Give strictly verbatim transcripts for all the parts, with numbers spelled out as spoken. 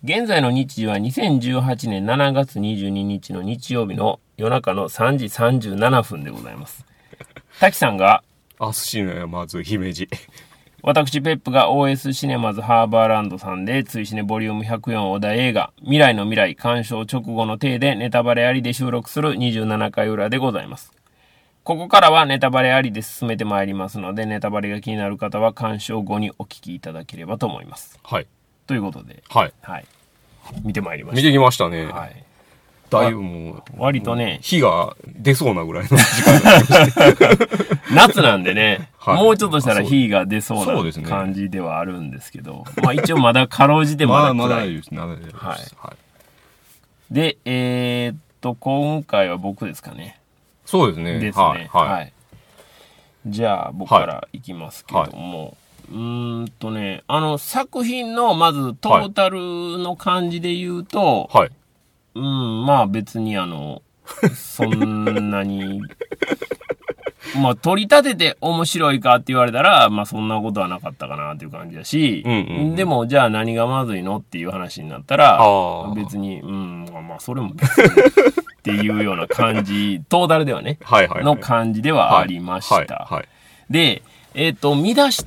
現在の日時はにせんじゅうはちねんしちがつにじゅうににちの日曜日の夜中のさんじさんじゅうななふんでございます。滝さんがアスシネマズ姫路、 私ペップが オーエス シネマズハーバーランドさんで追試ねボリュームひゃくよんお題映画未来の未来鑑賞直後の体でネタバレありで収録するにじゅうななかい裏でございます。ここからはネタバレありで進めてまいりますので、ネタバレが気になる方は鑑賞後にお聞きいただければと思います。 はい。 ということで、 はい。 はい。見てまいりました。 見てきましたね。 はい。 だいぶもう、 割とね、 火が出そうなぐらいの時間になりました夏なんでね、 はい、 もうちょっとしたら火が出そうな感じではあるんですけど、まあ一応まだかろうじてまだ暗い。 まだまだです、まだです。 はい。はい、で、えー、っと、今回は僕ですかね。 そうですね。 ですね。はい。 はいはい、じゃあ僕からいきますけども、はい、うーんとね、あの作品のまずトータルの感じで言うと、 はい。 うん、まあ別にあの、そんなに、まあ取り立てて面白いかって言われたら、まあそんなことはなかったかなっていう感じだし、 うんうんうん、 でもじゃあ何がまずいのっていう話になったら、別に、うん、まあそれも別にっていうような感じ、トータルではね、 はいはいはい、 の感じではありました。はいはいはい、で、えっと、見出して、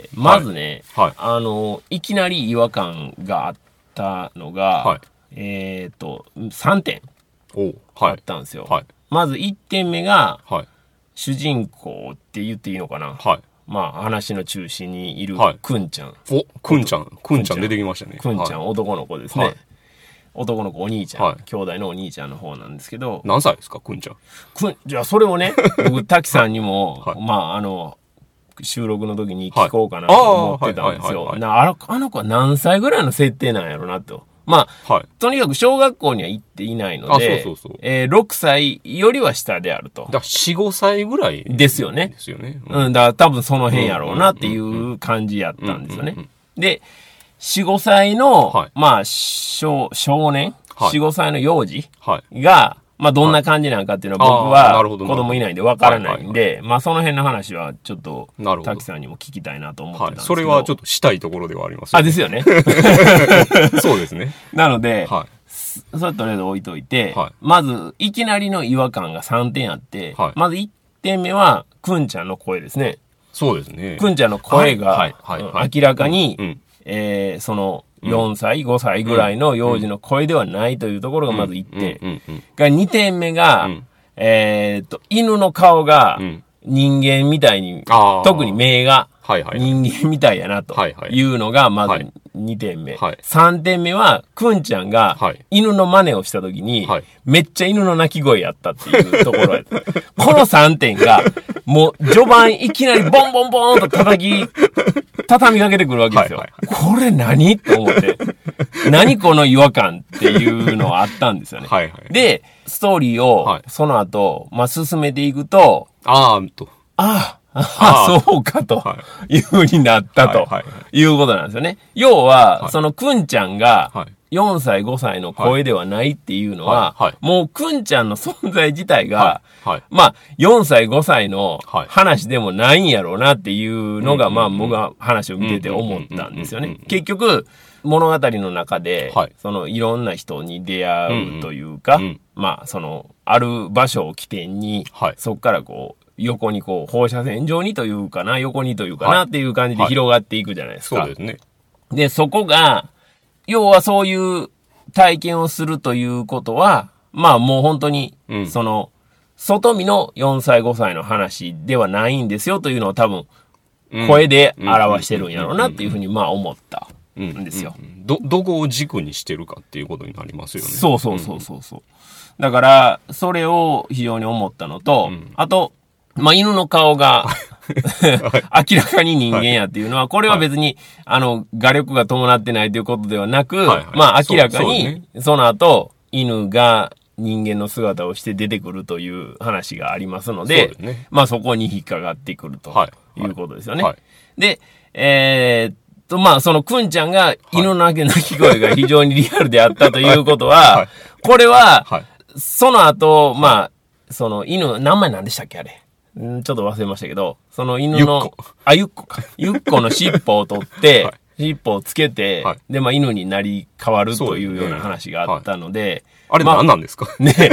まずね、はいはい、あの、いきなり違和感があったのが、はい、えっと、さんてんあったんですよ。はいはい、まずいってんめが、はい、主人公って言っていいのかな、はい、まあ話の中心にいるくんちゃん。 お、くんちゃん。くんちゃん出てきましたね。 くんちゃん、はい、男の子ですね。はい、男の子お兄ちゃん、はい、兄弟のお兄ちゃんの方なんですけど。 何歳ですか、くんちゃん。 くん、じゃあそれをね、僕、滝さんにも、はい、まああの、収録の時に聞こうかなと思ってたんですよ。あの子は何歳ぐらいの設定なんやろなと。まあ、はい、とにかく小学校には行っていないので、そうそうそう、えー、ろくさいよりは下であると。 だからよん、ごさいぐらいですよね。 ですよね。 うん、うん、だから多分その辺やろうなっていう感じやったんですよね。で、よん、ごさいの、はい、まあ、少、少年、はい、よん、ごさいの幼児が、はい、まあどんな感じなんかっていうのは僕は子供いないんでわからないんで、まあその辺の話はちょっと滝さんにも聞きたいなと思ってたんですけど、 はい、それはちょっとしたいところではありますよね。あ、ですよね。 そうですね。 なので、はい、それとりあえず置いといて、はい、まずいきなりの違和感がさんてんあって、はい、まずいってんめはくんちゃんの声ですね。 そうですね。 くんちゃんの声が、はいはいはい、明らかに、うんうん、えー、その、よんさい、ごさいぐらいの幼児の声ではないというところがまずいってん。がにてんめが、うん、えー、っと、犬の顔が人間みたいに、うん、特に目が人間みたいやなというのがまずにてんめ。はい、さんてんめは、くんちゃんが犬の真似をしたときに、はい、めっちゃ犬の鳴き声やったっていうところやった。このさんてんが、もう序盤いきなりボンボンボーンと叩き、畳みかけてくるわけですよ。はいはいはい、これ何と思って。何この違和感っていうのがあったんですよね。はいはい、で、ストーリーをその後、まあ、進めていくと、 あーと。 ああ、ああ、そうかという風になったということなんですよね。要は、そのくんちゃんがよんさい、ごさいの声ではないっていうのは、もうくんちゃんの存在自体が、まあ、よんさい、ごさいの話でもないんやろうなっていうのが、まあ僕は話を見てて思ったんですよね。結局、物語の中で、そのいろんな人に出会うというか、まあ、その、ある場所を起点に、そこからこう、横にこう、放射線上にというかな、横にというかなっていう感じで広がっていくじゃないですか。 そうですね。 で、そこが、要はそういう体験をするということは、まあもう本当に、うん、その、外見のよんさい、ごさいの話ではないんですよというのを多分、声で表してるんやろうなっていうふうにまあ思ったんですよ。 ど、どこを軸にしてるかっていうことになりますよね。 そうそうそうそうそう。うん、だから、それを非常に思ったのと、うん、あと、まあ、犬の顔が明らかに人間やっていうのは、これは別に、あの、画力が伴ってないということではなく、まあ、明らかに、その後、犬が人間の姿をして出てくるという話がありますので、まあ、そこに引っかかってくるということですよね。で、えー、っと、まあ、そのくんちゃんが犬の鳴き声が非常にリアルであったということは、これは、その後、まあ、その犬、名前何でしたっけあれ。んちょっと忘れましたけど、その犬の、あ、ゆっこか。ゆっこの尻尾を取って、はい、 尻尾をつけて、はい、で、まあ、犬になり変わるというような話があったので、 あれ何なんですか、 まあ、ね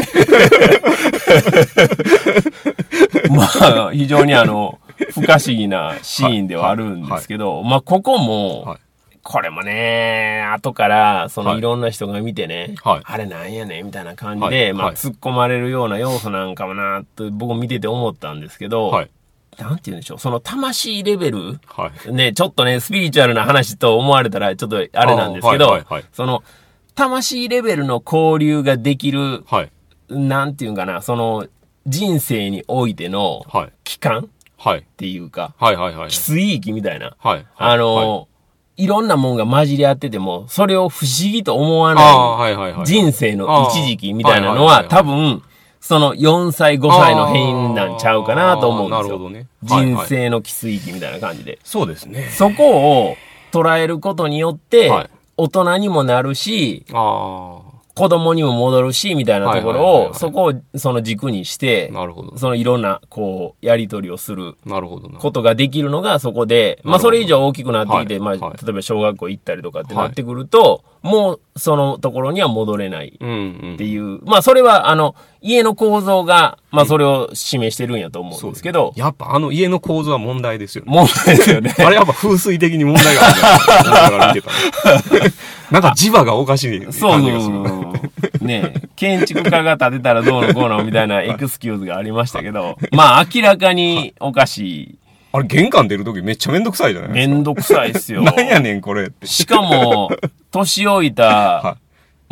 まあ、非常にあの、不可思議なシーンではあるんですけど、はいはい、まあ、ここも、はい、これもね、後から、そのいろんな人が見てね、はい、あれなんやねんみたいな感じで、はい、まあ、突っ込まれるような要素なんかもな、と僕見てて思ったんですけど、はい、なんて言うんでしょう、その魂レベル、はい、ね、ちょっとね、スピリチュアルな話と思われたら、ちょっとあれなんですけど、はいはいはい、その、魂レベルの交流ができる、はい、なんていうんかな、その、人生においての、期間、はい、っていうか、はいはいはいはい、喫水域みたいな、はいはい、あの、はい、いろんなもんが混じり合ってても、それを不思議と思わない人生の一時期みたいなのは、多分、そのよんさい、ごさいの変なんちゃうかなと思うんですよ。なるほどね。人生の喫水域みたいな感じで。 そうですね。 そこを捉えることによって、はい、大人にもなるし、あ子供にも戻るし、みたいなところを、そこをその軸にして、なるほど。そのいろんな、こう、やり取りをする。なるほど。ことができるのがそこで、まあそれ以上大きくなってきて、まあ、例えば小学校行ったりとかってなってくると、もうそのところには戻れないっていう。まあそれは、あの、家の構造が、まあそれを示してるんやと思うんですけど。 やっぱあの家の構造は問題ですよね。 問題ですよね。 あれやっぱ風水的に問題があるんだから見てたなんか磁場がおかしい感じがする。 そうね建築家が建てたらどうのこうのみたいなエクスキューズがありましたけど、まあ明らかにおかしい。 あれ玄関出るときめっちゃめんどくさいじゃないですか。 めんどくさいっすよ。 なんやねんこれって。 しかも、年老いた、はい、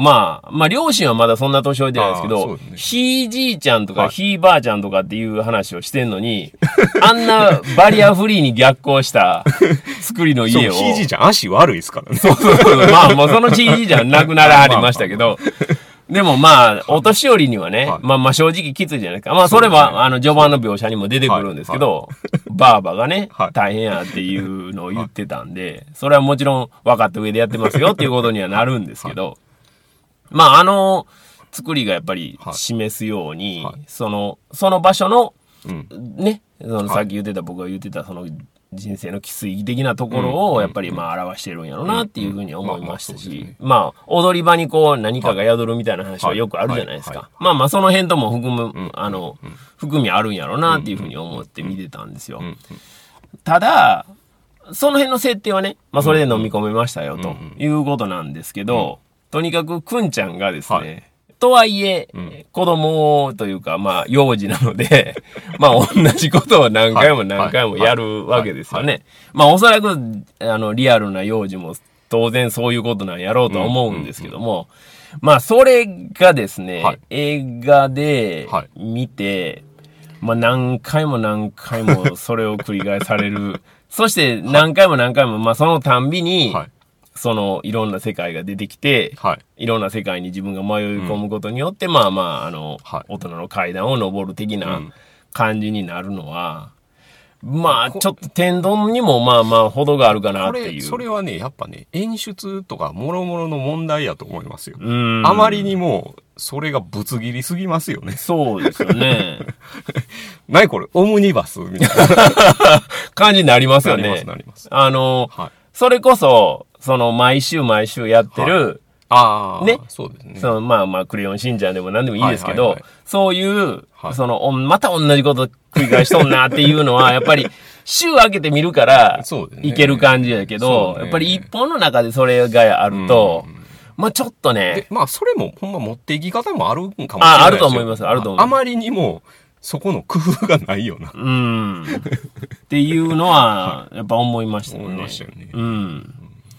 まあ、まあ両親はまだそんな年老いてないですけど、ね、ひいじいちゃんとかひいばあちゃんとかっていう話をしてんのに、あんなバリアフリーに逆行した作りの家を。 ひいじいちゃん足悪いですからね。 そうそうそう。まあもうそのひいじいちゃん亡くならはりましたけど、でもまあ、お年寄りにはね、はい、まあまあ正直きついじゃないですか。まあそれは、ね、あの序盤の描写にも出てくるんですけど、はいはい、バーバがね、はい、大変やっていうのを言ってたんで、それはもちろん分かった上でやってますよっていうことにはなるんですけど、はい、まああの作りがやっぱり示すように、はい、その、その場所の、うん、ね、そのさっき言ってた、僕が言ってたその人生の喫水的なところをやっぱりまあ表してるんやろうなっていうふうに思いましたし、まあ踊り場にこう何かが宿るみたいな話はよくあるじゃないですか。まあまあその辺とも含む、あの、含みあるんやろうなっていうふうに思って見てたんですよ。ただ、その辺の設定はね、まあそれで飲み込めましたよということなんですけど、とにかくくんちゃんがですね、とはいえ、うん、子供というか、まあ、幼児なので、まあ、同じことを何回も何回もやるわけですよね。まあ、おそらく、あの、リアルな幼児も当然そういうことなんやろうとは思うんですけども、まあ、それがですね、はい、映画で見て、まあ、何回も何回もそれを繰り返される。そして、何回も何回も、まあ、そのたんびに、はい、そのいろんな世界が出てきて、はい、いろんな世界に自分が迷い込むことによって、うん、まあまあ、あの、はい、大人の階段を登る的な感じになるのは、うん、まあ、ちょっと天丼にもまあまあ、程があるかなっていう。 それ、それはね、やっぱね、演出とか、もろもろの問題やと思いますよ。うんあまりにも、それがぶつ切りすぎますよね。 そうですよね。 何これ、オムニバスみたいな感じになりますよね。 なります、なります。 あの、はい、それこそ、その、毎週毎週やってる、はい、 ああ、 ね。 そうですね。 その、まあまあ、クレヨンしんちゃんでも何でもいいですけど、はいはいはい、そういう、はい、その、また同じこと繰り返しとんなっていうのは、やっぱり、週明けてみるから、いける感じやけど、ね、やっぱり一本の中でそれがあると、まあちょっとね。 まあそれもほんま持っていき方もあるんかもしれないですよ。あ、 あると思います、あると思います。 あまりにも、そこの工夫がないよな。 うん。っていうのは、やっぱ思いましたよね。思いましたよね。うん。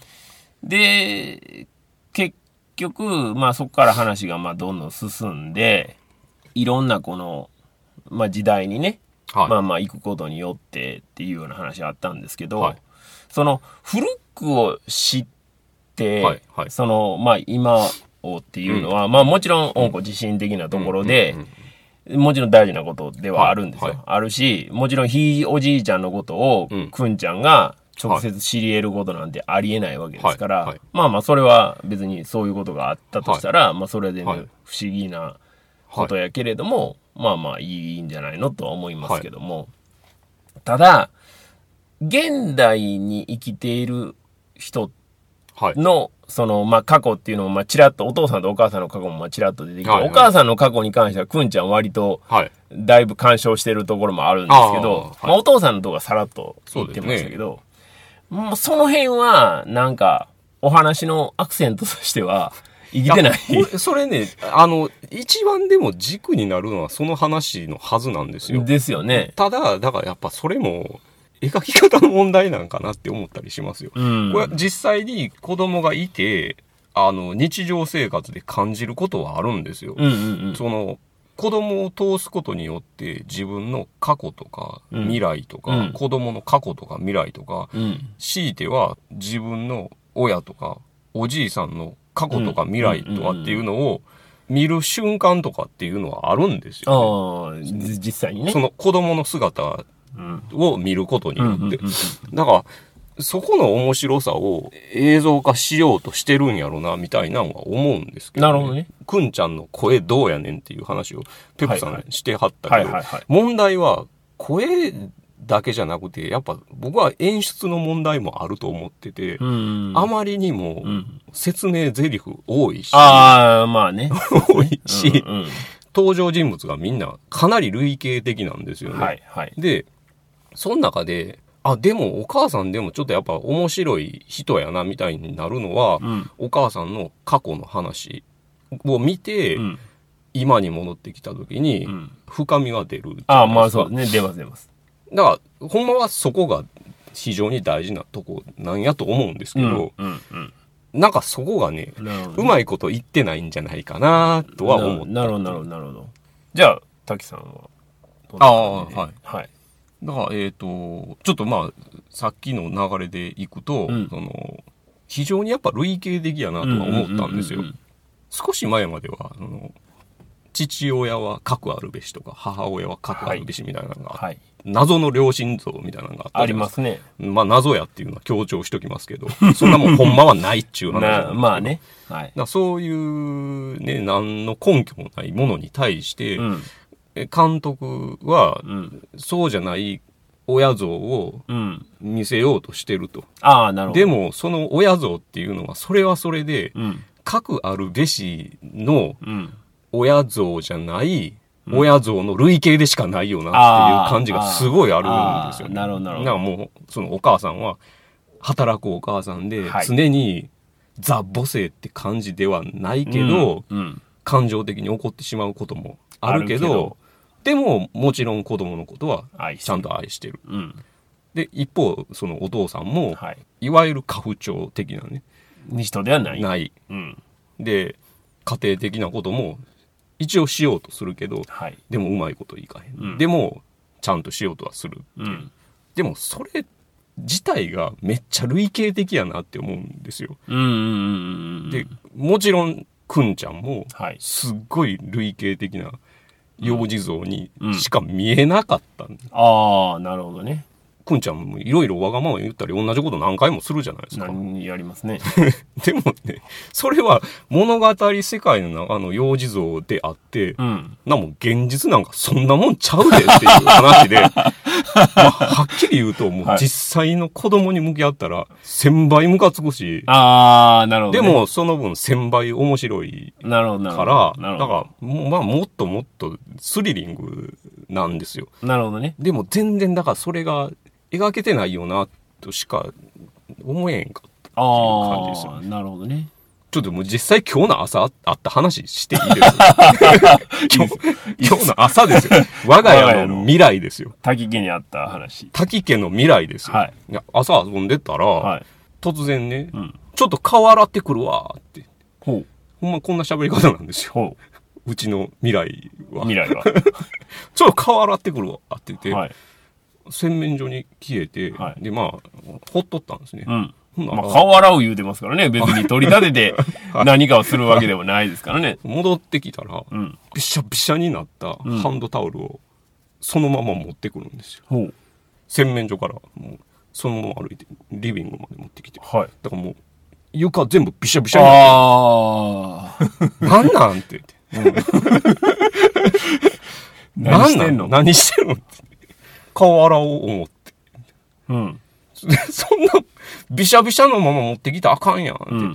で、結局、まあそこから話がまあどんどん進んで、いろんなこの、まあ時代にね、はい、まあまあ行くことによってっていうような話があったんですけど、はい、その古くを知って、はいはい、そのまあ今をっていうのは、うん、まあもちろん温故自身的なところで、うん、もちろん大事なことではあるんですよ。はいはい、あるし、もちろんひいおじいちゃんのことを、うん、くんちゃんが直接知り得ることなんてありえないわけですから、はいはい、まあまあそれは別にそういうことがあったとしたら、はい、まあそれでね、はい、不思議なことやけれども、はい、まあまあいいんじゃないのとは思いますけども、はい、ただ、現代に生きている人の、はい、その、まあ、過去っていうのも、まあ、ちらっと、お父さんとお母さんの過去も、まあ、ちらっと出てきて、はいはい、お母さんの過去に関しては、くんちゃん割と、だいぶ干渉してるところもあるんですけど、はい、まあ、お父さんのとこはさらっと言ってましたけど、そ、ね、もうその辺は、なんか、お話のアクセントとしては、生きてない。 いそれね、あの、一番でも軸になるのはその話のはずなんですよ。 ですよね。 ただ、だからやっぱそれも、描き方の問題なんかなって思ったりしますよ。うん、これ実際に子供がいて、あの、日常生活で感じることはあるんですよ。 うんうんうん、 その、子供を通すことによって自分の過去とか未来とか、うん、子供の過去とか未来とか、うん、強いては自分の親とかおじいさんの過去とか未来とかっていうのを見る瞬間とかっていうのはあるんですよね。 ああ、実際にね。 その子供の姿を見ることによって。だから、そこの面白さを映像化しようとしてるんやろな、みたいなのは思うんですけど、ね。 なるほどね。 くんちゃんの声どうやねんっていう話をペプさんしてはったけど、問題は声だけじゃなくて、やっぱ僕は演出の問題もあると思ってて、あまりにも説明台詞多いし、 ああ、まあね。 多いし、うんうん、登場人物がみんなかなり類型的なんですよね。 はいはい、 で、その中で、あ、でもお母さんでもちょっとやっぱ面白い人やなみたいになるのは、うん、お母さんの過去の話を見て、うん、今に戻ってきた時に、深みが出るじゃないですか。 ああ、まあそうね、出ます出ます。 だから、ほんまはそこが非常に大事なとこなんやと思うんですけど、うんうんうん、なんかそこがね、うまいこと言ってないんじゃないかなとは思った。 なるほど、なるほど、なるほど。じゃあ、滝さんはどんな感じで。ああ、はい。 はい。 だから、えっと、ちょっとまあ、さっきの流れでいくと、うん、その、非常にやっぱ類型的やなとは思ったんですよ。少し前までは、あの、父親は核あるべしとか、母親は核あるべしみたいなのが、はいはい、謎の両親像みたいなのがあったありますね。 まあ、謎やっていうのは強調しときますけど、そんなもんほんまはないっちゅう話なんですけど。 まあね。はい。 だそういうね、何の根拠もないものに対して、うん、監督は、うん、そうじゃない親像を見せようとしてると。うん、 ああ、なるほど。 でも、その親像っていうのは、それはそれで、うん、核あるべしの親像じゃない、親像の類型でしかないよなっていう感じがすごいあるんですよね。 なるほど、なるほど。 だからもう、そのお母さんは、働くお母さんで、常にザ・母性って感じではないけど、うんうん、感情的に怒ってしまうこともあるけど、けどでも、もちろん子供のことはちゃんと愛してる。うん、で、一方、そのお父さんも、はい、いわゆる家父長的なね。 人ではない。 ない。うん、で、家庭的なことも、一応しようとするけど、はい、でもうまいこといかへん、うん、でもちゃんとしようとはするっていう、うん、でもそれ自体がめっちゃ類型的やなって思うんですよ。 うんうんうんうん、 でもちろんくんちゃんもすっごい類型的な幼児像にしか見えなかったん、うんうん、 ああなるほどね。 くんちゃんもいろいろわがまま言ったり同じこと何回もするじゃないですか。 何やりますね。 でもね、それは物語世界の中の幼児像であって、うん、なも現実なんかそんなもんちゃうでっていう話で、まあ、はっきり言うともう実際の子供に向き合ったら千倍ムカつくし、 ああなるほど、ね、 でもその分千倍面白いから、なるほどだからまあもっともっとスリリングなんですよ。 なるほどね。 でも全然だからそれが描けてないよなとしか思えんかったっていう感じですよね。 なるほどね。 ちょっともう実際今日の朝あった話していいですか？今日、今日の朝ですよ。我が家の未来ですよ。 滝家にあった話。 滝家の未来ですよ。はい、いや朝遊んでたら、はい、突然ね、うん、ちょっと顔洗ってくるわって。ほう。ほんまこんな喋り方なんですよ。ほう。うちの未来は。 未来は。 ちょっと顔洗ってくるわって言って、はい、洗面所に消えて、はい、で、まあ、ほっとったんですね。うん。 まあ、顔洗う言うてますからね。別に取り立てて何かをするわけでもないですからね。 戻ってきたら、うん、びしゃびしゃになったハンドタオルをそのまま持ってくるんですよ。うん、洗面所からもうそのまま歩いてリビングまで持ってきて。はい、だからもう床全部びしゃびしゃになって。ああ。なんなんって言って。 何してんの？ 何してんのって。顔洗おう思って。うん。 そんな、びしゃびしゃのまま持ってきたらあかんやんって。うんうんうん、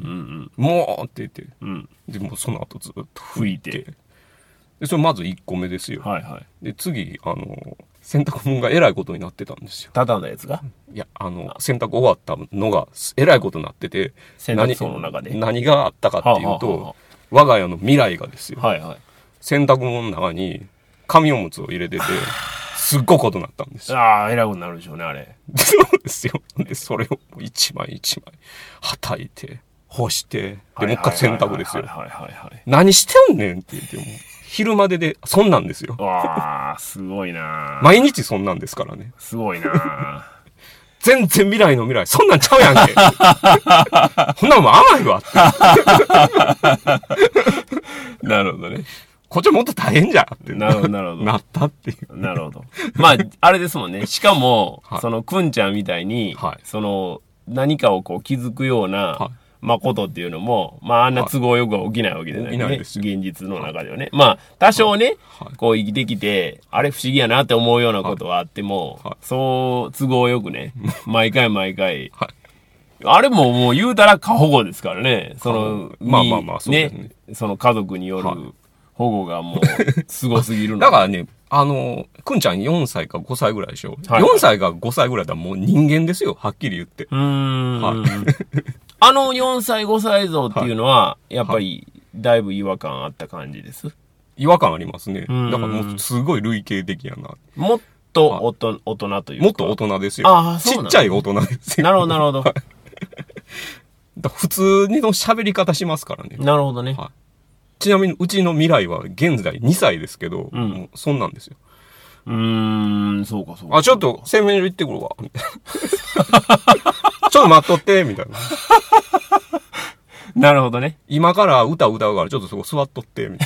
もうって言って。うん、で、もうその後ずっと拭いて。で、それまずいっこめですよ。はいはい。で、次、あの、洗濯物がえらいことになってたんですよ。 畳んだやつがいや、あの、洗濯終わったのがえらいことになってて、 洗濯槽の中で何、何があったかっていうと、はあはあはあ、我が家の未来がですよ。はいはい。洗濯物の中に紙おむつを入れてて、すっごいことになったんですよ。 ああ、えらいことになるでしょうね、あれ。 そうですよ。で、それを一枚一枚、はたいて、干して、で、もう一回洗濯ですよ。何してんねんって言っても。昼までで、そんなんですよ。 わあ、すごいな。 毎日そんなんですからね。 すごいな。 全然未来の未来、そんなんちゃうやんけ。ほんなんもう甘いわって。 なるほどね。 こっちはもっと大変じゃんって。 なるほど、なるほど。 なったっていう。 なるほど。まあ、あれですもんね。しかも、はい、その、くんちゃんみたいに、はい、その、何かをこう気づくような、はい誠っていうのも、まああんな都合よくは起きないわけじゃないね。はい、現実の中ではね。まあ多少ね、はい、こう生きてきて、あれ不思議やなって思うようなことはあっても、はい、そう都合よくね、毎回毎回、はい、あれももう言うたら過保護ですからね。その、 まあまあまあそうですね。 ね、その家族による保護がもうすごすぎるの。 だからね、あの、くんちゃんよんさいかごさいぐらいでしょ。はいはい、よんさいかごさいぐらいだったらもう人間ですよ。はっきり言って。うーん。はいあのよんさい、ごさい像っていうのは、やっぱり、だいぶ違和感あった感じです。 違和感ありますね。だからもう、すごい類型的やな。 もっとおと大人というか。 もっと大人ですよ。 ああ、 そうなんちっちゃい大人ですよ。 なるほど、なるほど。 だ普通にの喋り方しますからね。 なるほどね。はい、 ちなみに、うちの未来は現在にさいですけど、うん、もうそんなんですよ。 うーん、そうかそうか。 あ、ちょっと洗面所行ってくるわ。みたいな。ちょっと待っとって、みたいな。 なるほどね。 今から歌歌うから、ちょっとそこ座っとって、みたい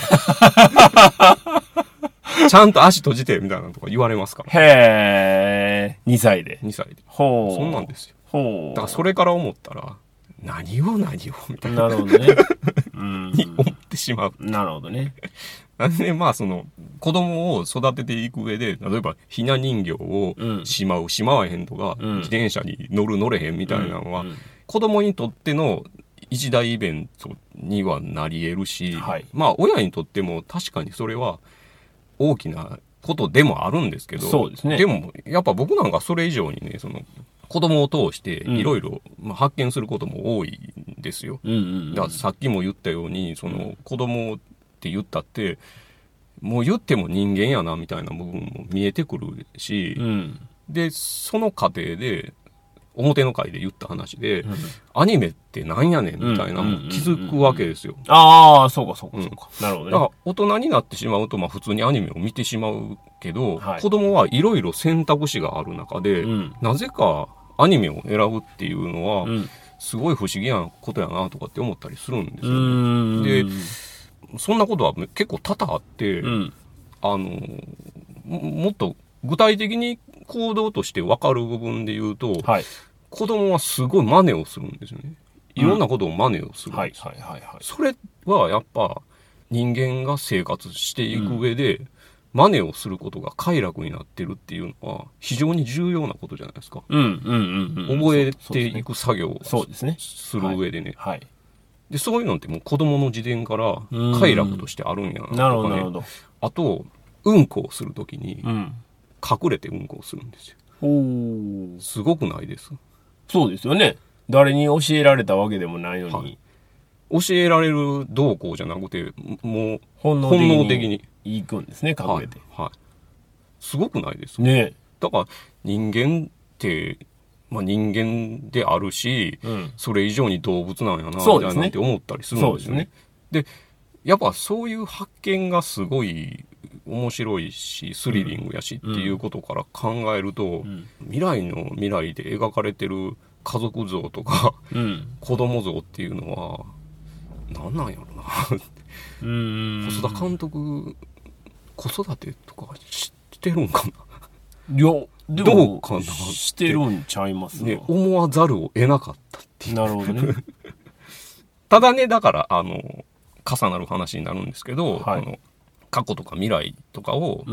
な。ちゃんと足閉じて、みたいなとか言われますから。 へー。にさいで。 にさいで。 ほう。 そんなんですよ。 ほう。 だからそれから思ったら、何を何を、みたいな。 なるほどね。 うん。に思ってしまう。 なるほどね。 なんで、まあ、その、子供を育てていく上で、例えば、ひな人形をしまう、しまわへんとか、うん、自転車に乗る乗れへんみたいなのは、うんうん、子供にとっての一大イベントにはなり得るし、はい、まあ、親にとっても確かにそれは大きなことでもあるんですけど、 そうですね。 でも、やっぱ僕なんかそれ以上にね、その、子供を通していろいろ発見することも多いんですよ。うんうんうん、だからさっきも言ったように、その、子供って言ったってもう言っても人間やなみたいな部分も見えてくるし、うん、でその過程で表の回で言った話で、うん、アニメってなんやねんみたいなのも気づくわけですよ。 ああそうかそうかそうか、うん、なるほどね。 だから大人になってしまうと、まあ、普通にアニメを見てしまうけど、はい、子供はいろいろ選択肢がある中で、うん、なぜかアニメを選ぶっていうのは、うん、すごい不思議なことやなとかって思ったりするんですよね。でそんなことは結構多々あって、うん、あのも、もっと具体的に行動として分かる部分で言うと、はい、子供はすごい真似をするんですよね。いろんなことを真似をするんですよ。それはやっぱ人間が生活していく上で、うん、真似をすることが快楽になってるっていうのは非常に重要なことじゃないですか。うんうんうんうん、覚えていく作業をする上でね。はいはいでそういうのってもう子供の時点から快楽としてあるんやなとかね。なるほどなるほど。あとうんこをするときに隠れてうんこをするんですよ。うん、すごくないです？ そうですよね。誰に教えられたわけでもないのに、はい、 教えられるどうこうじゃなくてもう本能的に、本能的に行くんですね、隠れて、はいはい、 すごくないですかね。だから人間ってまあ、人間であるし、うん、それ以上に動物なんやなみたいなって思ったりするんですよね。で、やっぱそういう発見がすごい面白いしスリリングやしっていうことから考えると、うん、未来の未来で描かれてる家族像とか、うん、子供像っていうのは何なんやろなうん細田監督子育てとか知ってるんかな。 いやでもどうかなしてるんちゃいますね。思わざるを得なかったっていう。 なるほどね。 ただね、だからあの重なる話になるんですけど、はい、あの過去とか未来とかを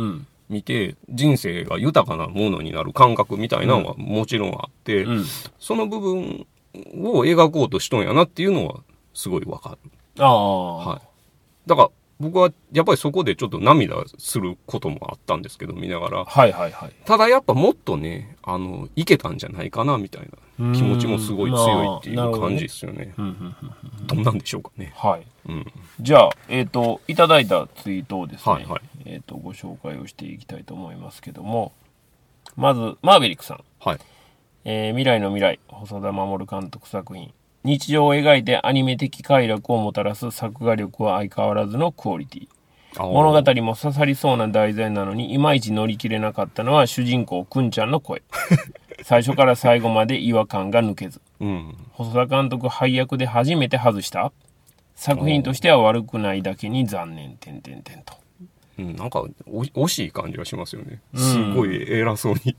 見て人生が豊かなものになる感覚みたいなのはもちろんあって、うん、その部分を描こうとしとんやなっていうのはすごいわかる。 ああ、 はい。だから僕はやっぱりそこでちょっと涙することもあったんですけど見ながら、 はいはいはい。 ただやっぱもっとね、あのいけたんじゃないかなみたいな気持ちもすごい強いっていう感じですよね。ど, ねどんなんでしょうかね。 はい。うん、じゃあえっ、ー、といただいたツイートをですね、はいはい、えっ、ー、とご紹介をしていきたいと思いますけども、まずマーベリックさん。 はい。 えー、未来の未来、細田守監督作品。日常を描いてアニメ的快楽をもたらす作画力は相変わらずのクオリティ。物語も刺さりそうな題材なのにいまいち乗り切れなかったのは主人公くんちゃんの声。最初から最後まで違和感が抜けず、うん、細田監督配役で初めて外した作品としては悪くないだけに残念点々点と、 うん、なんか惜しい感じがしますよね、うん、すごい偉そうに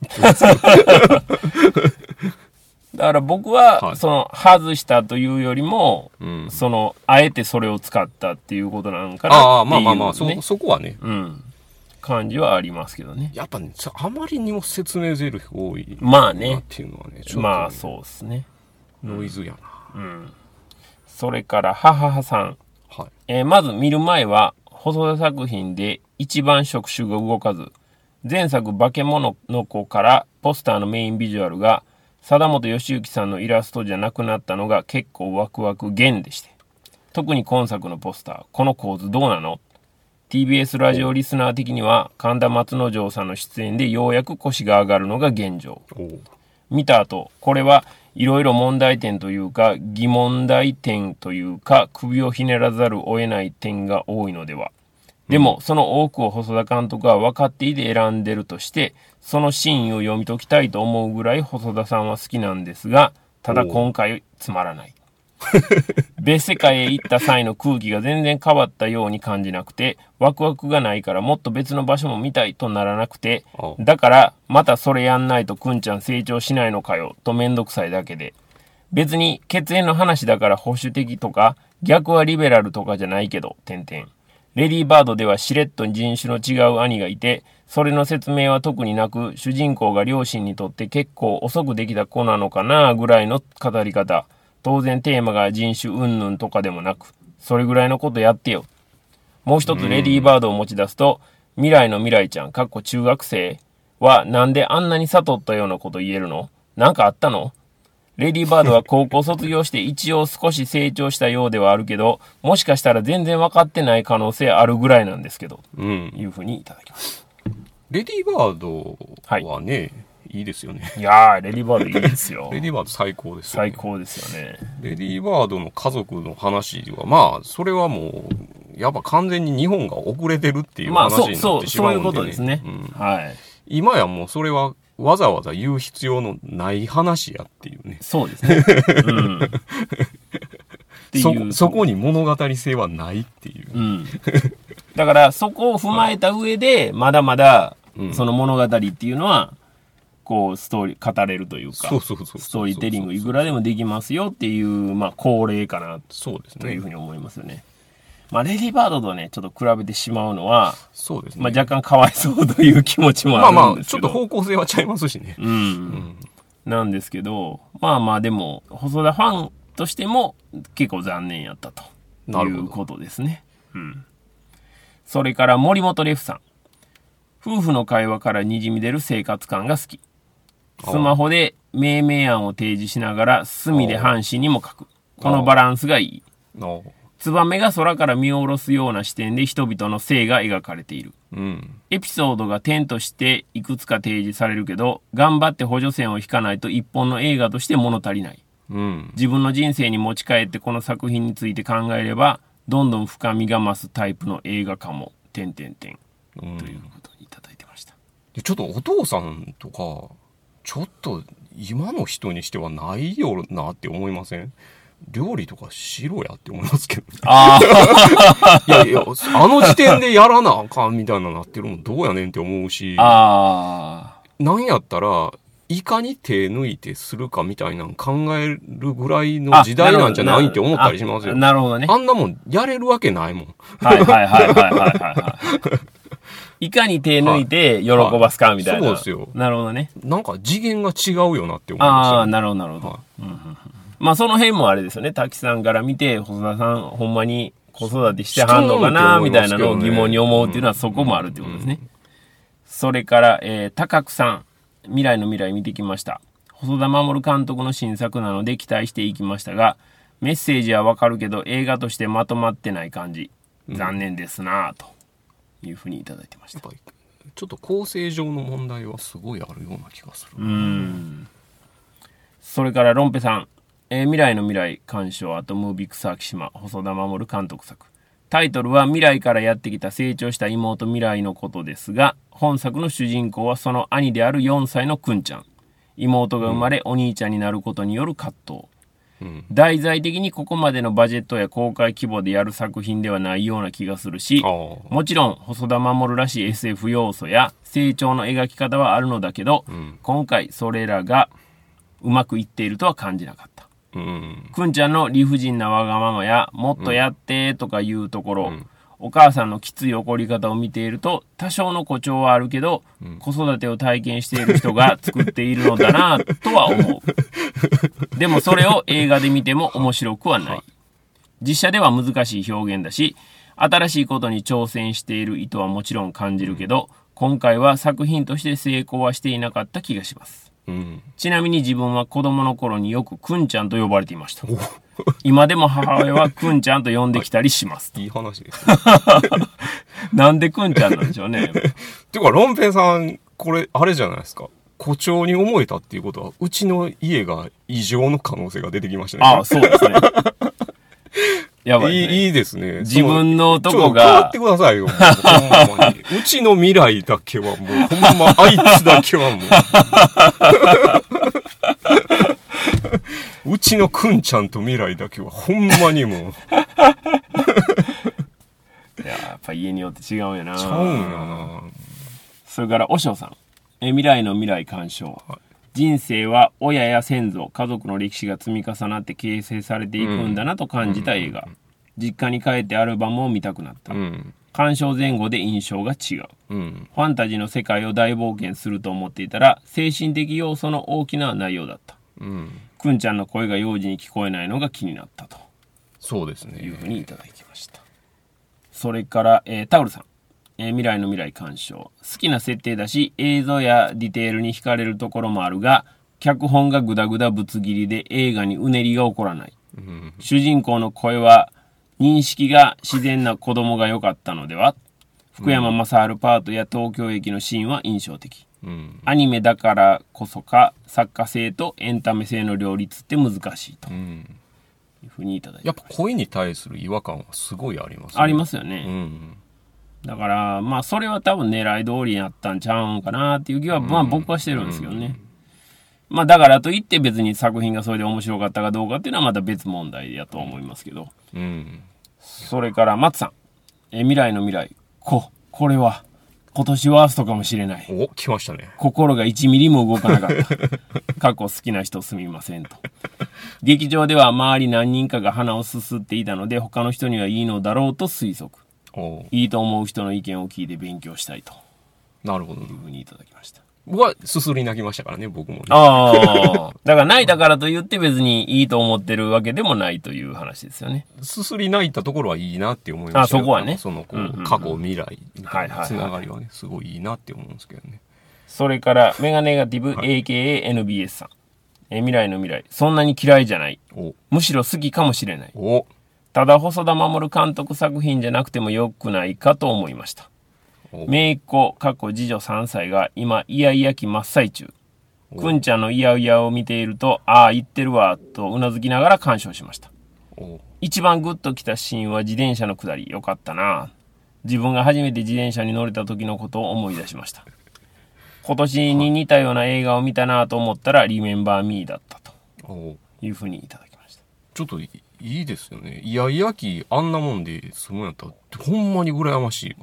だから僕はその外したというよりも、うん、そのあえてそれを使ったっていうことなんかなっていう、ね、ああまあまあまあそ, そこはね、 うん、感じはありますけどね。 やっぱねあまりにも説明ゼリフ多いまあねっていうのはね、ちょっとねまあそうですね、 ノイズやな、 うん、それからはははさん、はいえー、まず見る前は細田作品で一番触手が動かず、前作化け物の子からポスターのメインビジュアルが貞本義行さんのイラストじゃなくなったのが結構ワクワク減でして、特に今作のポスター、この構図どうなの？ ティービーエス ラジオリスナー的には神田松之丞さんの出演でようやく腰が上がるのが現状。見た後、これはいろいろ問題点というか疑問題点というか首をひねらざるを得ない点が多いのでは。でもその多くを細田監督は分かっていて選んでるとして、その真意を読み解きたいと思うぐらい細田さんは好きなんですが、ただ今回つまらない。別世界へ行った際の空気が全然変わったように感じなくて、ワクワクがないからもっと別の場所も見たいとならなくて、だからまたそれやんないとくんちゃん成長しないのかよとめんどくさいだけで、別に血縁の話だから保守的とか逆はリベラルとかじゃないけど、点々。レディーバードではしれっと人種の違う兄がいて、それの説明は特になく、主人公が両親にとって結構遅くできた子なのかなぐらいの語り方。当然テーマが人種云々とかでもなく、それぐらいのことやってよ。もう一つレディーバードを持ち出すと、未来の未来ちゃん、かっこ中学生はなんであんなに悟ったようなこと言えるの？なんかあったの？レディーバードは高校卒業して一応少し成長したようではあるけど、もしかしたら全然分かってない可能性あるぐらいなんですけど、うん、いうふうにいただきました。 レディーバードはね、はい、いいですよね。 いやー、レディーバードいいですよ。 レディーバード最高ですよね。最高ですよね。 レディーバードの家族の話は、まあ、それはもう、やっぱ完全に日本が遅れてるっていう話になってしまうんで、ね。まあ、そう、そう、そういうことですね。うん、はい。今やもうそれは、わざわざ言う必要のない話やっていうね。 そうですね。うん、 そ, そこに物語性はないっていう。うん、 だからそこを踏まえた上で、まだまだその物語っていうのは、こうストーリー語れるというか、ストーリーテリングいくらでもできますよっていう、まあ恒例かなというふうに思いますよね。まあ、レディーバードとね、ちょっと比べてしまうのは、 そうですね。 まあ、若干かわいそうという気持ちもあるんですけど。まあまあ、 ちょっと方向性はちゃいますしね。うん。うん、なんですけど、まあまあでも、細田ファンとしても結構残念やったということですね。うん。それから森本レフさん。夫婦の会話からにじみ出る生活感が好き。スマホで命名案を提示しながら、隅で半紙にも書く。このバランスがいい。ツバメが空から見下ろすような視点で人々の性が描かれている、うん、エピソードが点としていくつか提示されるけど、頑張って補助線を引かないと一本の映画として物足りない、うん、自分の人生に持ち帰ってこの作品について考えればどんどん深みが増すタイプの映画かも、点々点、うん、ということにいただいてました。 ちょっとお父さんとかちょっと今の人にしてはないよなって思いません？料理とかしろやって思いますけど、ね、あいやいや、あの時点でやらなあかんみたいななってるのどうやねんって思うし、あなんやったらいかに手抜いてするかみたいなの考えるぐらいの時代なんじゃないって思ったりしますよ。 なるほどね。 あんなもんやれるわけないもん。 はいはいはいはいはいはい。 いかに手抜いて喜ばすかみたいな。 はいはい、そうですよ。 なるほどね。 なんか次元が違うよなって思いました、ね。 ああ、なるほど、なるほど。はい、うんうんうん、まあその辺もあれですよね。滝さんから見て、細田さん、ほんまに子育てしてはんのかな、みたいなのを疑問に思うっていうのはそこもあるってことですね。うんうん、それから、えー、高久さん、未来の未来見てきました。細田守監督の新作なので期待していきましたが、メッセージはわかるけど映画としてまとまってない感じ。残念ですなぁというふうにいただいてました。 やっぱりちょっと構成上の問題はすごいあるような気がする。 うーん。それからロンペさん、えー、未来の未来鑑賞あとムービー草木島細田守監督作。タイトルは未来からやってきた成長した妹未来のことですが、本作の主人公はその兄であるよんさいのくんちゃん。妹が生まれ、うん、お兄ちゃんになることによる葛藤。うん、題材的にここまでのバジェットや公開規模でやる作品ではないような気がするし、もちろん細田守らしい エスエフ 要素や成長の描き方はあるのだけど、うん、今回それらがうまくいっているとは感じなかった。うん、くんちゃんの理不尽なわがままやもっとやってとかいうところ、うん、お母さんのきつい怒り方を見ていると多少の誇張はあるけど、うん、子育てを体験している人が作っているのだなとは思う。でもそれを映画で見ても面白くはない。実写では難しい表現だし、新しいことに挑戦している意図はもちろん感じるけど、今回は作品として成功はしていなかった気がします。うん、ちなみに自分は子供の頃によくくんちゃんと呼ばれていました。今でも母親はくんちゃんと呼んできたりします。 いい話です、ね。 なんでくんちゃんなんでしょうね。 てか、ロンペイさん、これ、あれじゃないですか。誇張に思えたっていうことは、うちの家が異常の可能性が出てきましたね。 ああ、そうですね。やばい、ね、 いい。いいですね。 自分のとこが。 ちょっと変わってくださいよ。ほんまに。うちの未来だけはもう、ほんま、あいつだけはもう。うちのくんちゃんと未来だけはほんまにもう。いや、やっぱ家によって違うんやな。 ちゃうんやな。 それから、おしょうさん。え未来の未来鑑賞。はい、人生は親や先祖、家族の歴史が積み重なって形成されていくんだなと感じた映画。うん、実家に帰ってアルバムを見たくなった。うん、鑑賞前後で印象が違う、うん。ファンタジーの世界を大冒険すると思っていたら、精神的要素の大きな内容だった。うん、くんちゃんの声が幼児に聞こえないのが気になったと。 そうですね。 いうふうにいただきました。それから、えー、タオルさん。えー、未来の未来鑑賞。好きな設定だし、映像やディテールに惹かれるところもあるが、脚本がグダグダぶつ切りで映画にうねりが起こらない。うん、主人公の声は、認識が自然な子供が良かったのでは。福山雅治パートや東京駅のシーンは印象的。うん、アニメだからこそか、作家性とエンタメ性の両立って難しいと。うん、いうふうにいただいてました。 やっぱ声に対する違和感はすごいありますね。 ありますよね。うん、だから、まあ、それは多分狙い通りやったんちゃうんかなっていう気は、まあ僕はしてるんですけどね。うん、まあ、だからといって別に作品がそれで面白かったかどうかっていうのはまた別問題だと思いますけど。うん、それから、松さん。え、未来の未来。こ、これは、今年ワーストかもしれない。 お、来ましたね。 心がいちミリも動かなかった。過去好きな人すみませんと。劇場では周り何人かが鼻をすすっていたので、他の人にはいいのだろうと推測。いいと思う人の意見を聞いて勉強したいと。 なるほど。 いうふうにいただきました。 僕はすすり泣きましたからね、僕も、ね。 ああ。だから泣いたからと言って別にいいと思ってるわけでもないという話ですよね。 すすり泣いたところはいいなって思いました。 あ、そこはね。 そのこう、うんうんうん、過去未来みたいなつながりはね、すごいいいなって思うんですけどね。 それから、メガネガティブ エーケーエーエヌビーエス さん。え未来の未来。そんなに嫌いじゃない。むしろ好きかもしれない。おただ細田守監督作品じゃなくてもよくないかと思いました。姪っ子、過去次女さんさいが今イヤイヤ期真っ最中。くんちゃんのイヤイヤを見ていると、ああ言ってるわとうなずきながら鑑賞しました。一番グッときたシーンは自転車の下り。よかったな。自分が初めて自転車に乗れた時のことを思い出しました。今年に似たような映画を見たなと思ったらリメンバーミーだったというふうにいただきました。 ちょっといいですよね。いやいやきあんなもんで済むんやったらほんまに羨ましい。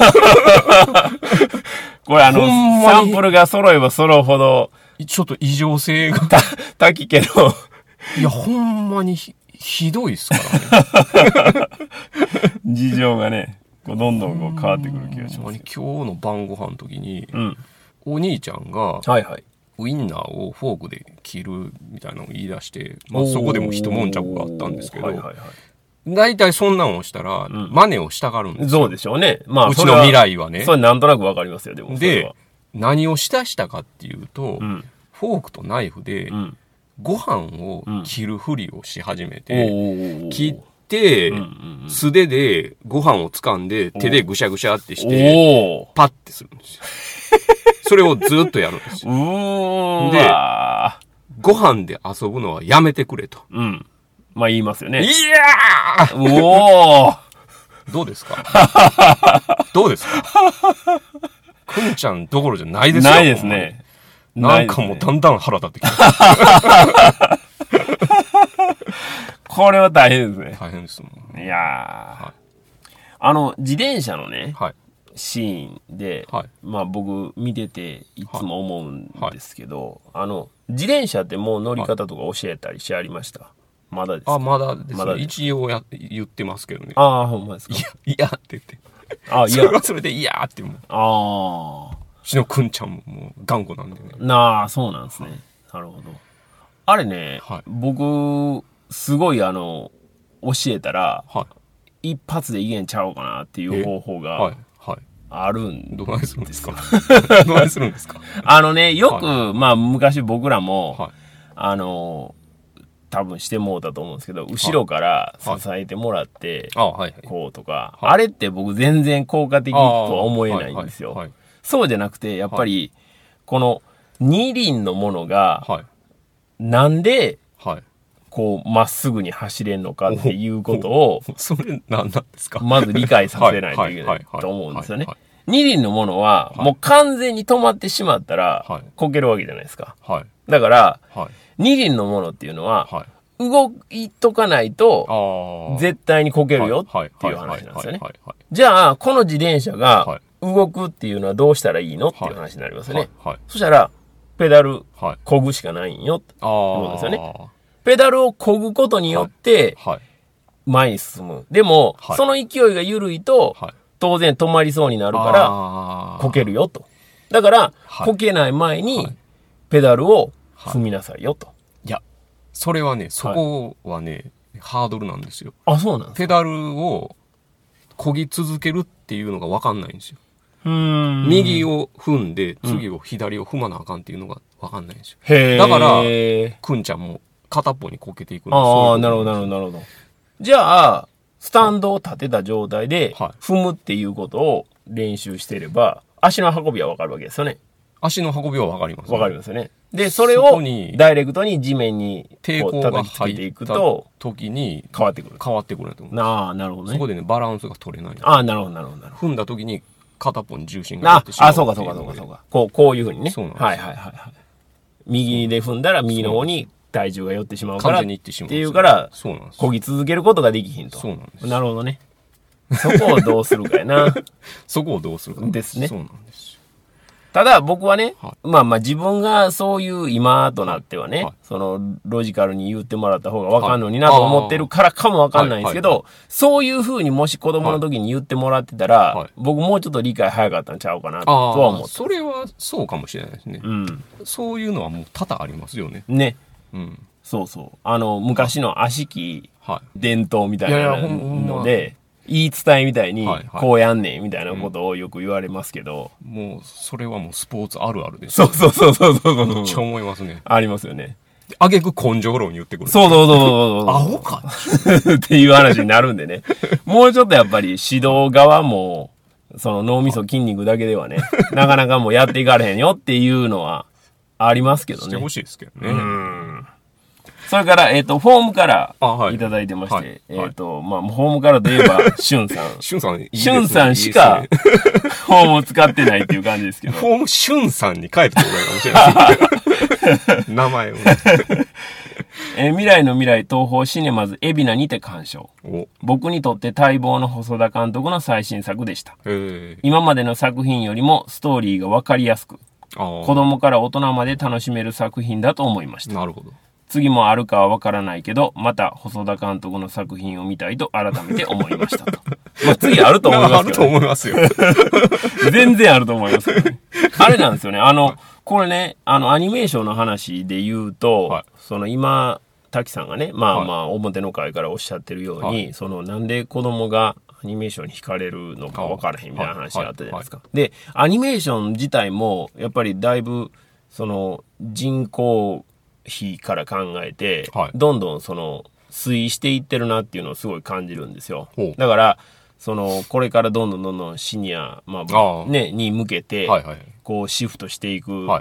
これあのサンプルが揃えば揃うほどちょっと異常性が滝家のいやほんまに ひ, ひどいっすからね。 事情がね。 こうどんどんこう変わってくる気がします。 今日の晩ご飯の時に、 うん、 お兄ちゃんが、 はいはい、 ウインナーをフォークで切るみたいなのを言い出して、まあ、そこでも一悶着があったんですけど、はいはいはい、大体そんなんをしたら、真似をしたがるんですよ、うん、 そうでしょうね。まあ、 うちの未来はね。 それなんとなくわかりますよ、でも。 で、何をしだしたかっていうと、うん、フォークとナイフで、ご飯を切るふりをし始めて、うん、切って、素手でご飯を掴んで、手でぐしゃぐしゃってして、パッてするんですよ。それをずっとやるんですよ。で、ご飯で遊ぶのはやめてくれと。 うん。まあ言いますよね。 いやーおーどうですかどうですかくんちゃんどころじゃないですよ。 ないですね。 なんかもうだんだん腹立ってきて。 これは大変ですね。 大変ですもん。 いやー、はい、あの、自転車のね、 はい、 シーンで、はい、まあ僕見てていつも思うんですけど、はい、あの、自転車ってもう乗り方とか教えたりしてありました？まだですか？ あ、まだですね。まだです。一応や言ってますけどね。 ああ、ほんまですか。 いや、いやって言って。 ああ、いや。 それはそれでいやってもう。 ああ。 うちのくんちゃんももう頑固なんでね。 なあ、そうなんですね。なるほど。あれね、はい、僕、すごいあの、教えたら、はい、一発でいけんちゃおうかなっていう方法が、あるんです。 どないするんですかどないするんですかあのね、よく、はい、まあ昔僕らも、はい、あの、多分してもうたと思うんですけど、後ろから支えてもらって、 はい、 こうとか、はい、あれって僕全然効果的とは思えないんですよ。はいはいはい、そうじゃなくて、やっぱり、この二輪のものが、なんで、こう、まっすぐに走れんのかっていうことを、 それ何なんですか？ まず理解させないといけないと思うんですよね。二輪のものは、もう完全に止まってしまったら、こけるわけじゃないですか。 はい、 だから、はい、二輪のものっていうのは、はい、動いとかないと、絶対にこけるよっていう話なんですよね。じゃあ、この自転車が動くっていうのはどうしたらいいのっていう話になりますよね。はいはい、そしたら、ペダル、漕ぐしかないんよってことですよね。ペダルを漕ぐことによって、前に進む。でも、はい、その勢いが緩いと、はい、当然止まりそうになるから、こけるよと。だから、はい、こけない前に、ペダルを踏みなさいよと。はい、 いや、それはね、そこはね、はい、ハードルなんですよ。 あ、そうなんですか。 ペダルを漕ぎ続けるっていうのが分かんないんですよ。 うーん右を踏んで、次を左を踏まなあかんっていうのが分かんないんですよ。へだから、くんちゃんも片っぽにこけていくんです。 ああ、なるほど、なるほど、なるほど。じゃあ、スタンドを立てた状態で、踏むっていうことを練習していれば、足の運びはわかるわけですよね。 足の運びはわかります、 ね。わかりますよね。で、それをダイレクトに地面に抵抗が入っていくと、時に変わってくる。 変わってくると思う。 ああ、なるほどね。 そこでね、バランスが取れない。 ああ、なるほど、なるほど。 踏んだ時に片っぽに重心が入ってしまう。 ああ、そうか、そうか、そうか、そうか。こう、こういうふうにね。 そうなんです。 はいはいはいはい。右で踏んだら右の方に体重が寄ってしまうから。 完全に行ってしまう。 っていうから、 そうなんです。 漕ぎ続けることができひんと。 そうなんです。 なるほどね。そこをどうするかやな。 そこをどうするか。 ですね。 そうなんです。 ただ僕はね、はい、まあまあ自分がそういう今となってはね、はい、そのロジカルに言ってもらった方がわかんのになと思ってるからかもわかんないんですけど、はいはいはい、そういう風にもし子供の時に言ってもらってたら、はい、僕もうちょっと理解早かったんちゃうかなとは思って。 それはそうかもしれないですね。うん、そういうのはもう多々ありますよね。 ね。 うん、 そうそう。あの、昔の悪しき伝統みたいなので、言い伝えみたいに、こうやんねんみたいなことをよく言われますけど。 はいはい、もう、それはもうスポーツあるあるです。 そうそうそうそうそう。 めっちゃ思いますね。 ありますよね。 あげく根性論に言ってくる。 そうそうそうそう。 アホかっていう話になるんでね。もうちょっとやっぱり指導側も、その脳みそ筋肉だけではね、なかなかもうやっていかれへんよっていうのはありますけどね。 してほしいですけどね。 うんそれから、えっ、ー、と、フォームカラーいただいてまして、はいはい、えっ、ー、と、まあ、フォームカラーといえば、シュンさん。 シュンさんいいですね。 シュンさんしか、フォームを使ってないっていう感じですけど。 フォームシュンさんに変えた方がいいかもしれない。名前を。 えー、未来の未来東宝シネマズ海老名にて鑑賞。僕にとって待望の細田監督の最新作でした。今までの作品よりもストーリーがわかりやすく、子供から大人まで楽しめる作品だと思いました。 なるほど。 次もあるかはわからないけど、また細田監督の作品を見たいと改めて思いましたと。まあ次あると思いますけど、ね、 あると思いますよ。 全然あると思いますけどね。あれなんですよね。あの、これね、あの、アニメーションの話で言うと、はい、その今、滝さんがね、まあまあ、表の会からおっしゃってるように、はい、その、なんで子供がアニメーションに惹かれるのか分からへんみたいな話があったじゃないですか。はいはいはい、で、アニメーション自体も、やっぱりだいぶ、その、人口比から考えて、はい、どんどんその、推移していってるなっていうのをすごい感じるんですよ。だから、その、これからどんどんどんどんシニア、まあ、ね、に向けて、はいはい、こう、シフトしていく、はい、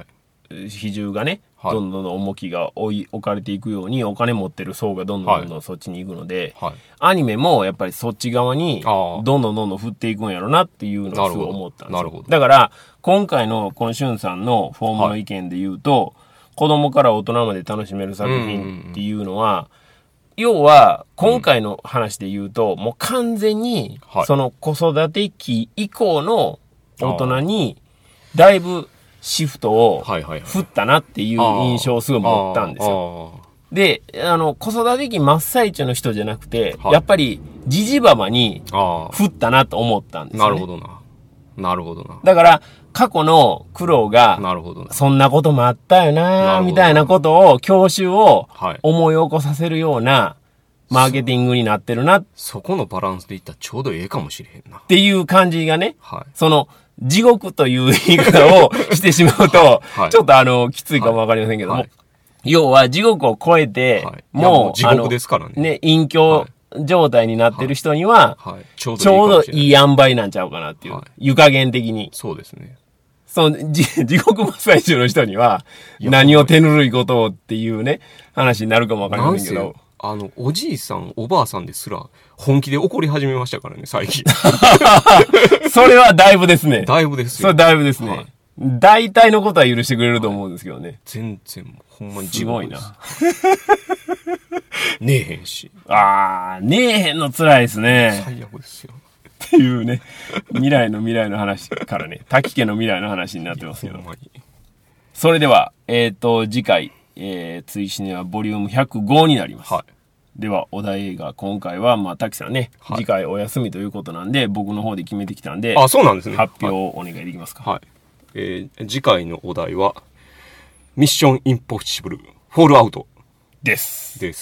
比重がね、はい、どんどんどん重きが置い置かれていくように、お金持ってる層がどんどんどんどんそっちに行くので、はい、アニメもやっぱりそっち側に、どんどんどんどん振っていくんやろなっていうのをすごい思ったんですよ。だから、今回のこのしゅんさんのフォームの意見で言うと、はい、子供から大人まで楽しめる作品っていうのは、要は、今回の話で言うと、うん、もう完全に、その子育て期以降の大人に、だいぶシフトを振ったなっていう印象をすごい持ったんですよ。で、あの、子育て期真っ最中の人じゃなくて、はい、やっぱり、じじばばに振ったなと思ったんですよ、ね。 なるほどな。なるほどな。 だから、過去の苦労が、なるほどな。そんなこともあったよな、みたいなことを、教習を思い起こさせるような、マーケティングになってるな。 そ, そこのバランスでいったらちょうどええかもしれへんな。 っていう感じがね、はい、その、地獄という言い方をしてしまうと、はい、ちょっとあの、きついかもわかりませんけども、はい、要は地獄を超えて、はい、もう、もう地獄ですからね。 ね、隠居状態になってる人には、はいはい、ちょうどいい塩梅なんちゃうかなっていう、はい、湯加減的に。 そうですね。 その、地獄真っ最中の人には、何を手ぬるいことをっていうね、話になるかもわかりませんけど。 あの、おじいさん、おばあさんですら、本気で怒り始めましたからね、最近。 それはだいぶですね。 だいぶですよ。 それだいぶですね。はい、大体のことは許してくれると思うんですけどね。はい、 全然、ほんまにすごいな。 ねえへんし。 あー、ねえへんの辛いですね。 最悪ですよ。 っていうね、未来の未来の話からね、滝家の未来の話になってますけど。それでは、えっと、次回、えー、追試ねはボリュームひゃくごになります。はい、では、お題映画、今回は、まあ、滝さんね、はい、次回お休みということなんで、僕の方で決めてきたんで、 あ、そうなんですね。 発表をお願いできますか。 はい。えー、次回のお題は、ミッションインポッシブル、フォールアウト。 です。 です。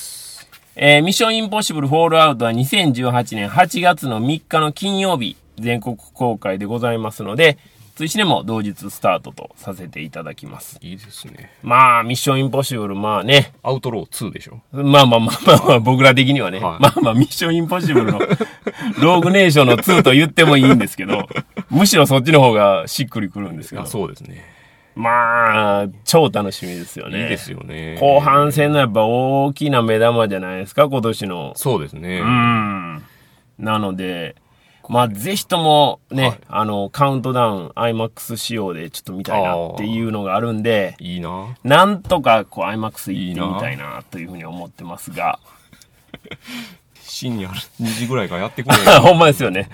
えー、ミッションインポッシブル、フォールアウトはにせんじゅうはちねんはちがつのみっかの金曜日、全国公開でございますので、追試ねも同日スタートとさせていただきます。 いいですね。 まあ、ミッションインポッシブル、まあね。 アウトローツーでしょ。 まあまあまあまあ、まあ、僕ら的にはね。はい、まあまあ、ミッションインポッシブルの、ローグネーションのツーと言ってもいいんですけど、むしろそっちの方がしっくりくるんですけど。 そうですね。 まあ、超楽しみですよね。 いいですよね。 後半戦のやっぱ大きな目玉じゃないですか、今年の。 そうですね。 うん。なので、まあ、ぜひともね、はい、あの、カウントダウン、アイマックス 仕様でちょっと見たいなっていうのがあるんで、 いいな。 なんとか、こう、アイマックス 行ってみたいなというふうに思ってますが。 深夜にじぐらいからやってくれほんまですよね。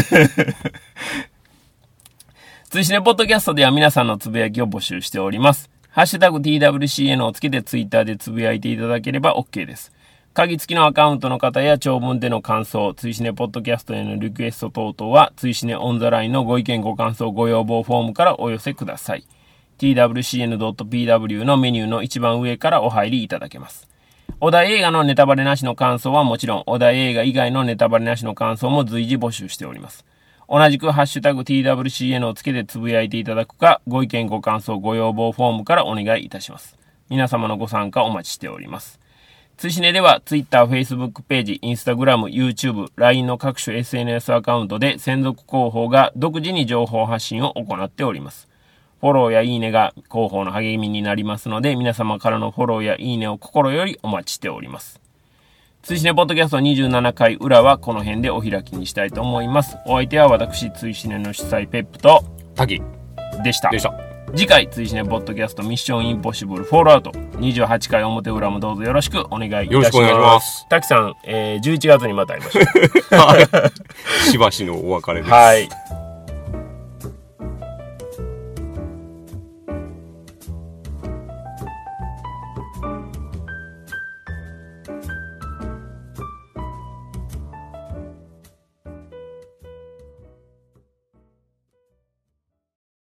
追試ねポッドキャストでは皆さんのつぶやきを募集しております。ハッシュタグ ティーダブリューシーエヌ をつけてツイッターでつぶやいていただければ OK です。鍵付きのアカウントの方や長文での感想、追試ねポッドキャストへのリクエスト等々は、追試ねオンザラインのご意見ご感想ご要望フォームからお寄せください。ティーダブリューシーエヌドットピーダブリュー のメニューの一番上からお入りいただけます。お題映画のネタバレなしの感想はもちろん、お題映画以外のネタバレなしの感想も随時募集しております。同じくハッシュタグ ティーダブリューシーエヌ をつけてつぶやいていただくか、ご意見ご感想ご要望フォームからお願いいたします。皆様のご参加お待ちしております。追試ねでは Twitter、Facebook ページ、Instagram、YouTube、ライン の各種 エスエヌエス アカウントで専属広報が独自に情報発信を行っております。フォローやいいねが広報の励みになりますので、皆様からのフォローやいいねを心よりお待ちしております。追試ねポッドキャストにじゅうななかい裏はこの辺でお開きにしたいと思います。お相手は私、追試ねの主催ペップと滝でした。 でした。 次回、追試ねポッドキャストミッションインポッシブルフォールアウトにじゅうはちかい表裏もどうぞよろしくお願いいたします。 よろしくお願いします。 滝さん、えー、じゅういちがつにまた会いましょう。 しばしのお別れです。 はい。